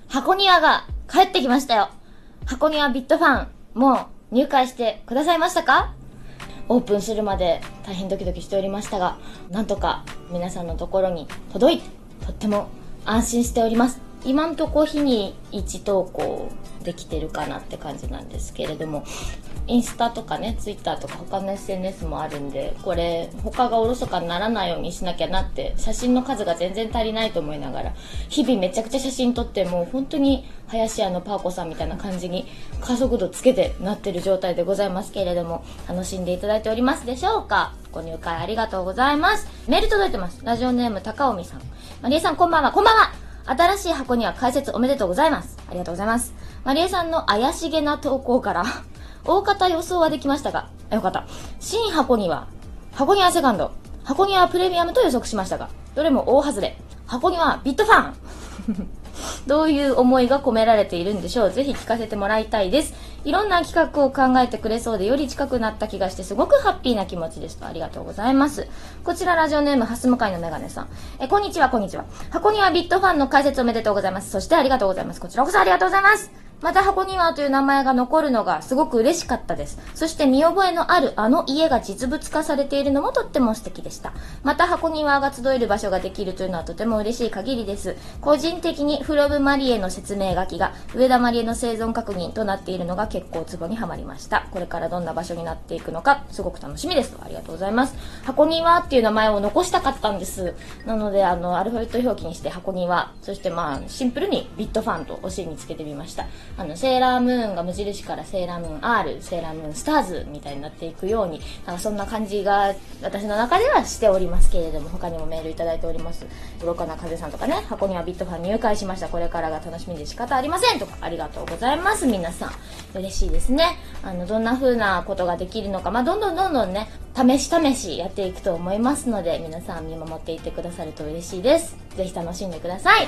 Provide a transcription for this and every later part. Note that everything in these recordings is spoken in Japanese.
箱庭が帰ってきましたよ。箱庭ビットファン、もう入会してくださいましたか？オープンするまで大変ドキドキしておりましたが、なんとか皆さんのところに届いて、とっても安心しております。今んとこ日に1投稿できてるかなって感じなんですけれども、インスタとかね、ツイッターとか他の SNS もあるんで、これ他がおろそかにならないようにしなきゃなって、写真の数が全然足りないと思いながら、日々めちゃくちゃ写真撮って、もう本当に林家のパーコさんみたいな感じに加速度つけてなってる状態でございますけれども、楽しんでいただいておりますでしょうか？ご入会ありがとうございます。メール届いてます。ラジオネーム高尾美さん。マリエさんこんばんは。こんばんは。新しい箱には開設おめでとうございます。ありがとうございます。マリエさんの怪しげな投稿から大方予想はできましたが、よかった。新箱庭セカンド、箱庭プレミアムと予測しましたが、どれも大外れ。箱庭ビットファンどういう思いが込められているんでしょう。ぜひ聞かせてもらいたいです。いろんな企画を考えてくれそうで、より近くなった気がしてすごくハッピーな気持ちですと。ありがとうございます。こちらラジオネームハス向かいのメガネさん。こんにちは。箱庭ビットファンの解説おめでとうございます。そしてありがとうございます。こちらこそありがとうございます。また箱庭という名前が残るのがすごく嬉しかったです。そして見覚えのあるあの家が実物化されているのもとっても素敵でした。また箱庭が集える場所ができるというのはとても嬉しい限りです。個人的にフロブマリエの説明書きが上田マリエの生存確認となっているのが結構ツボにはまりました。これからどんな場所になっていくのかすごく楽しみです。ありがとうございます。箱庭っていう名前を残したかったんです。なのでアルファベット表記にして箱庭、そしてシンプルにビットファンとお尻につけてみました。セーラームーンが無印からセーラームーン R、セーラームーンスターズみたいになっていくように、そんな感じが私の中ではしておりますけれども、他にもメールいただいております。愚かな風さんとかね、箱庭ビットファン入会しました。これからが楽しみで仕方ありませんとか、ありがとうございます。皆さん嬉しいですね。どんな風なことができるのか、どんどんね、試しやっていくと思いますので、皆さん見守っていてくださると嬉しいです。ぜひ楽しんでください。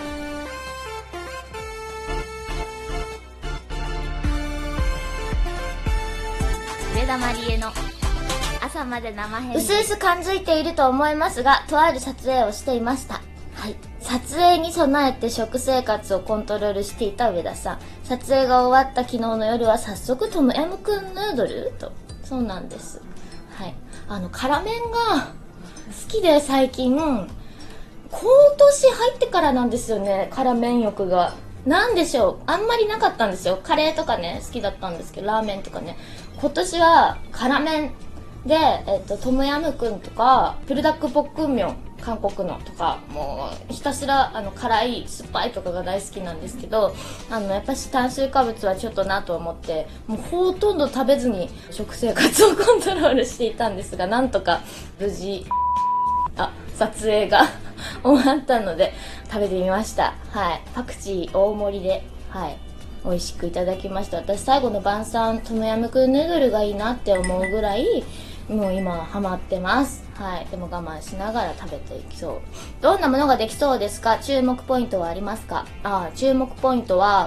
上田まりえの朝まで生編。うすうす感づいていると思いますが、とある撮影をしていました。はい。撮影に備えて食生活をコントロールしていた上田さん。撮影が終わった昨日の夜は早速トムヤムクンヌードルと。そうなんです。はい。辛麺が好きで最近、今年入ってからなんですよね、辛麺欲が。なんでしょう、あんまりなかったんですよ。カレーとかね、好きだったんですけど、ラーメンとかね。今年は辛麺で、トムヤムクンとかプルダックポックンミョン、韓国のとか、もうひたすら辛い酸っぱいとかが大好きなんですけど、やっぱし炭水化物はちょっとなと思って、もうほとんど食べずに食生活をコントロールしていたんですが、なんとか無事撮影が終わったので食べてみました。はい。パクチー大盛りで、はい、美味しくいただきました。私最後の晩餐トムヤムクンヌードルがいいなって思うぐらい、もう今ハマってます。はい。でも我慢しながら食べていきそう。どんなものができそうですか？注目ポイントはありますか？注目ポイントは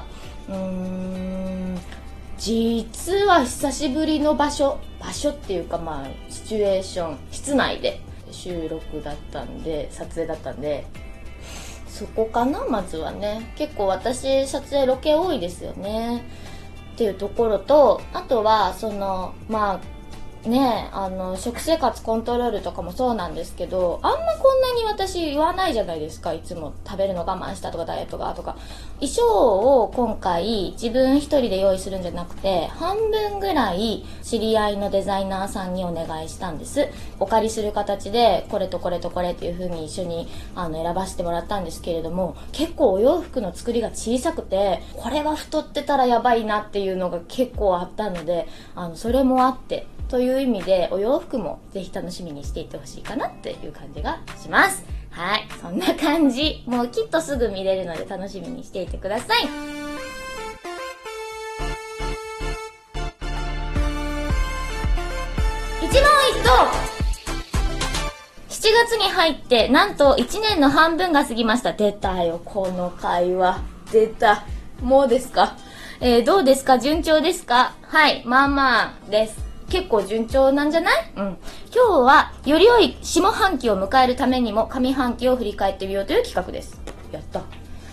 実は久しぶりの場所っていうか、シチュエーション、室内で収録だったんで、撮影だったんで、そこかな。まずはね、結構私撮影ロケ多いですよねっていうところと、あとは食生活コントロールとかもそうなんですけど、あんまこんなに私言わないじゃないですか。いつも食べるの我慢したとかダイエットがとか。衣装を今回自分一人で用意するんじゃなくて、半分ぐらい知り合いのデザイナーさんにお願いしたんです。お借りする形でこれとこれとこれっていう風に一緒に選ばせてもらったんですけれども、結構お洋服の作りが小さくて、これは太ってたらやばいなっていうのが結構あったので、それもあってという意味で、お洋服もぜひ楽しみにしていってほしいかなっていう感じがします。はい、そんな感じ。もうきっとすぐ見れるので楽しみにしていてください。一問一答。7月に入ってなんと1年の半分が過ぎました。出たよ、この会話。出た。もうですか？どうですか？順調ですか？はい、まあです。結構順調なんじゃない？今日はより良い下半期を迎えるためにも上半期を振り返ってみようという企画です。やった。じ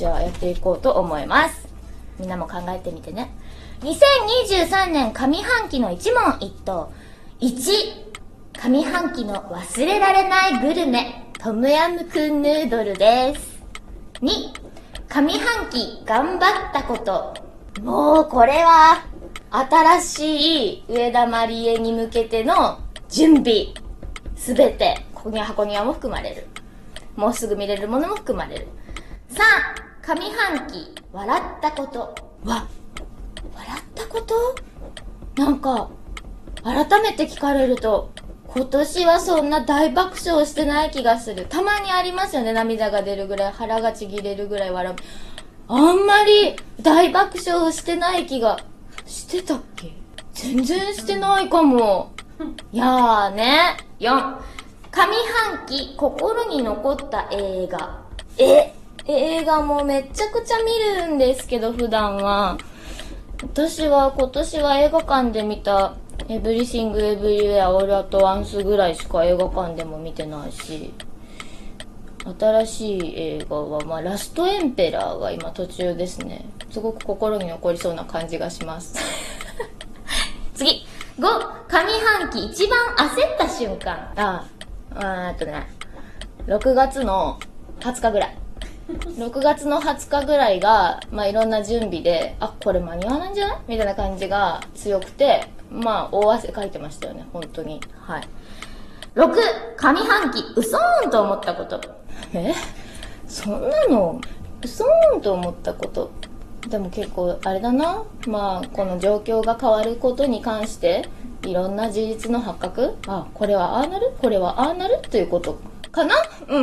ちはやっていこうと思います。みんなも考えてみてね。2023年上半期の一問一答。1、上半期の忘れられないグルメ、トムヤムクンヌードルです。2、上半期頑張ったこと。もうこれは、新しい上田まりえに向けての準備。すべて、ここには箱庭も含まれる。もうすぐ見れるものも含まれる。3、上半期笑ったこと。笑ったこと？なんか、改めて聞かれると、今年はそんな大爆笑してない気がする。たまにありますよね。涙が出るぐらい、腹がちぎれるぐらい笑う。あんまり大爆笑してない気がしてたっけ？全然してないかも。いやーね。4、上半期心に残った映画。映画もめちゃくちゃ見るんですけど、普段は。私は今年は映画館で見たエブリシングエブリウェアオールアットワンスぐらいしか映画館でも見てないし、新しい映画はラストエンペラーが今途中ですね。すごく心に残りそうな感じがします次、5、上半期一番焦った瞬間。6月の20日ぐらい。6月の20日ぐらいが、いろんな準備で、これ間に合わないんじゃないみたいな感じが強くて、大汗かいてましたよね、本当に。はい。6、上半期、うそーんと思ったこと。そんなの、うそーんと思ったこと。でも結構、あれだな。この状況が変わることに関して、いろんな事実の発覚？これはああなる？これはああなる？ということかな？うん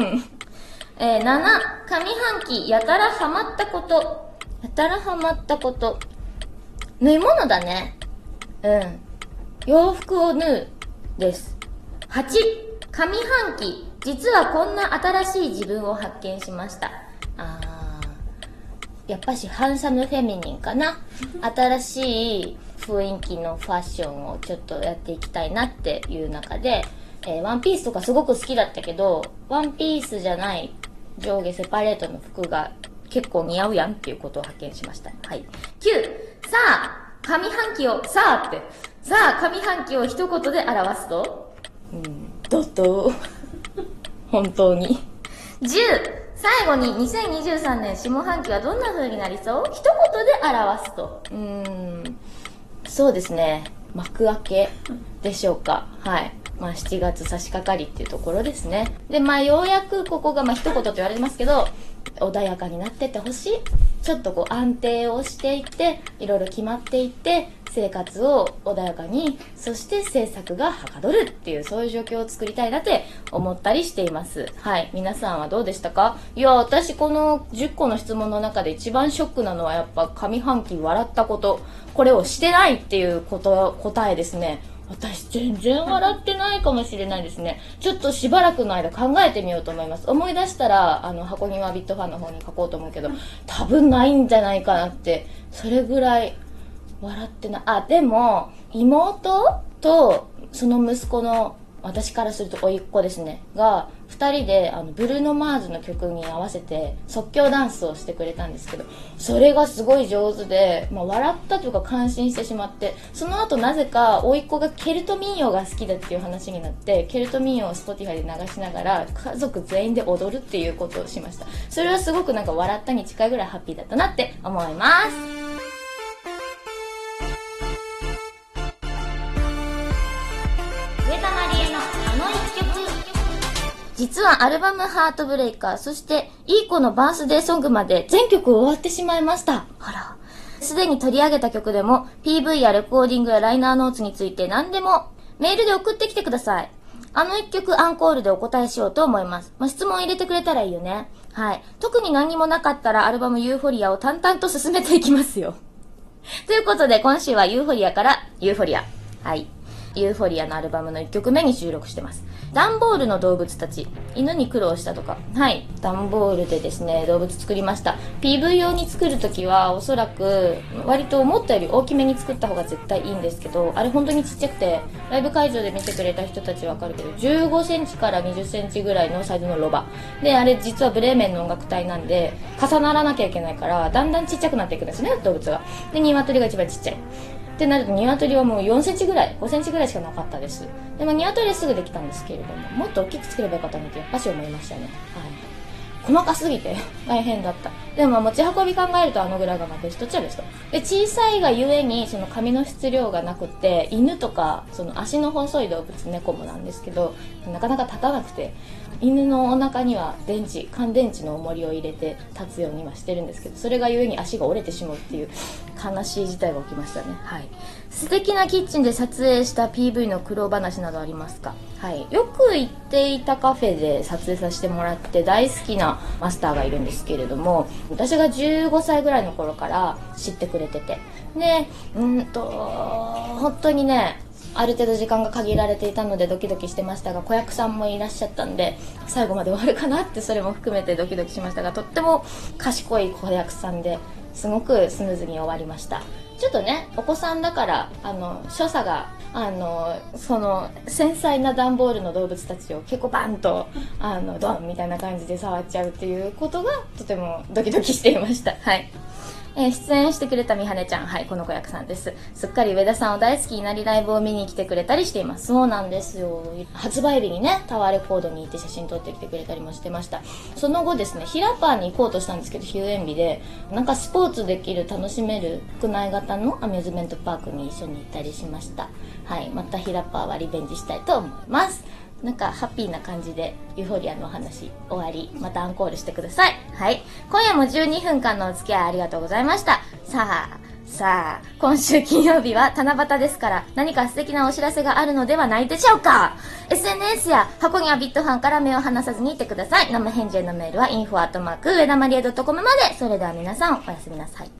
。7、上半期、やたらハマったこと。やたらハマったこと。縫い物だね。洋服を縫うです。8、上半期、実はこんな新しい自分を発見しました。やっぱしハンサムフェミニンかな。新しい雰囲気のファッションをちょっとやっていきたいなっていう中で、ワンピースとかすごく好きだったけど、ワンピースじゃない上下セパレートの服が結構似合うやんっていうことを発見しました。はい。9、上半期を、上半期を一言で表すと、本当に。10、最後に2023年下半期はどんな風になりそう？一言で表すと。そうですね。幕開けでしょうか。はい。7月差し掛かりっていうところですね。で、ようやくここが一言と言われてますけど、穏やかになってってほしい。ちょっと安定をしていって、いろいろ決まっていって、生活を穏やかに、そして制作がはかどるっていう、そういう状況を作りたいなって思ったりしています。はい。皆さんはどうでしたか？いや、私この10個の質問の中で一番ショックなのはやっぱ上半期笑ったこと。これをしてないっていう答えですね。私全然笑ってないかもしれないですね。ちょっとしばらくの間考えてみようと思います。思い出したら、箱庭ビットファンの方に書こうと思うけど、多分ないんじゃないかなって、それぐらい笑ってない。でも、妹と、その息子の、私からすると甥っ子ですね、が、二人で、ブルーノ・マーズの曲に合わせて、即興ダンスをしてくれたんですけど、それがすごい上手で、笑ったというか感心してしまって、その後なぜか、甥っ子がケルト民謡が好きだっていう話になって、ケルト民謡を Spotify で流しながら、家族全員で踊るっていうことをしました。それはすごく笑ったに近いぐらいハッピーだったなって思います。実はアルバムハートブレイカー、そしていい子のバースデーソングまで全曲終わってしまいました。すでに取り上げた曲でも PV やレコーディングやライナーノーツについて何でもメールで送ってきてください。一曲アンコールでお答えしようと思います。質問入れてくれたらいいよね。はい。特に何もなかったらアルバムユーフォリアを淡々と進めていきますよ。ということで今週はユーフォリアからユーフォリア。はい。 ユーフォリアのアルバムの1曲目に収録してます。段ボールの動物たち、犬に苦労したとか、はい、段ボールでですね、動物作りました。PV 用に作るときは、おそらく、割と思ったより大きめに作った方が絶対いいんですけど、あれ本当にちっちゃくて、ライブ会場で見てくれた人たちわかるけど、15センチから20センチぐらいのサイズのロバ。で、あれ実はブレーメンの音楽隊なんで、重ならなきゃいけないから、だんだんちっちゃくなっていくんですね、動物が。で、鶏が一番ちっちゃい。ってなると鶏はもう4センチぐらい、5センチぐらいしかなかったです。でも鶏すぐできたんですけれども、もっと大きく作ればよかったなってやっぱし思いましたね。はい。細かすぎて大変だった。でも持ち運び考えるとあのぐらいがベストっちゃベスト。で、小さいがゆえにその紙の質量がなくって、犬とかその足の細い動物、猫もなんですけど、なかなか立たなくて、犬のお腹には乾電池の重りを入れて立つようにはしてるんですけど、それがゆえに足が折れてしまうっていう悲しい事態が起きましたね。はい。素敵なキッチンで撮影した PV の苦労話などありますか？はい。よく行っていたカフェで撮影させてもらって大好きなマスターがいるんですけれども、私が15歳ぐらいの頃から知ってくれてて。で、本当にね、ある程度時間が限られていたのでドキドキしてましたが、子役さんもいらっしゃったんで、最後まで終わるかなってそれも含めてドキドキしましたが、とっても賢い子役さんで、すごくスムーズに終わりました。ちょっとね、お子さんだから、所作が、その、繊細な段ボールの動物たちを結構バンと、ドンみたいな感じで触っちゃうっていうことが、とてもドキドキしていました。はい。出演してくれたみはねちゃん、はい、この子役さんです。すっかり上田さんを大好きになりライブを見に来てくれたりしています。そうなんですよ。発売日にね、タワーレコードに行って写真撮ってきてくれたりもしてました。その後ですね、ヒラパーに行こうとしたんですけど、休園日で、なんかスポーツできる、楽しめる、屋内型のアミューズメントパークに一緒に行ったりしました。はい、またヒラパーはリベンジしたいと思います。なんかハッピーな感じでユーフォリアのお話終わり、またアンコールしてください。はい。今夜も12分間のお付き合いありがとうございました。さあ、今週金曜日は七夕ですから、何か素敵なお知らせがあるのではないでしょうか。 SNS や箱庭ビットファンから目を離さずにいてください。生返事へのメールはinfo@上田まりえ.comまで。それでは皆さんおやすみなさい。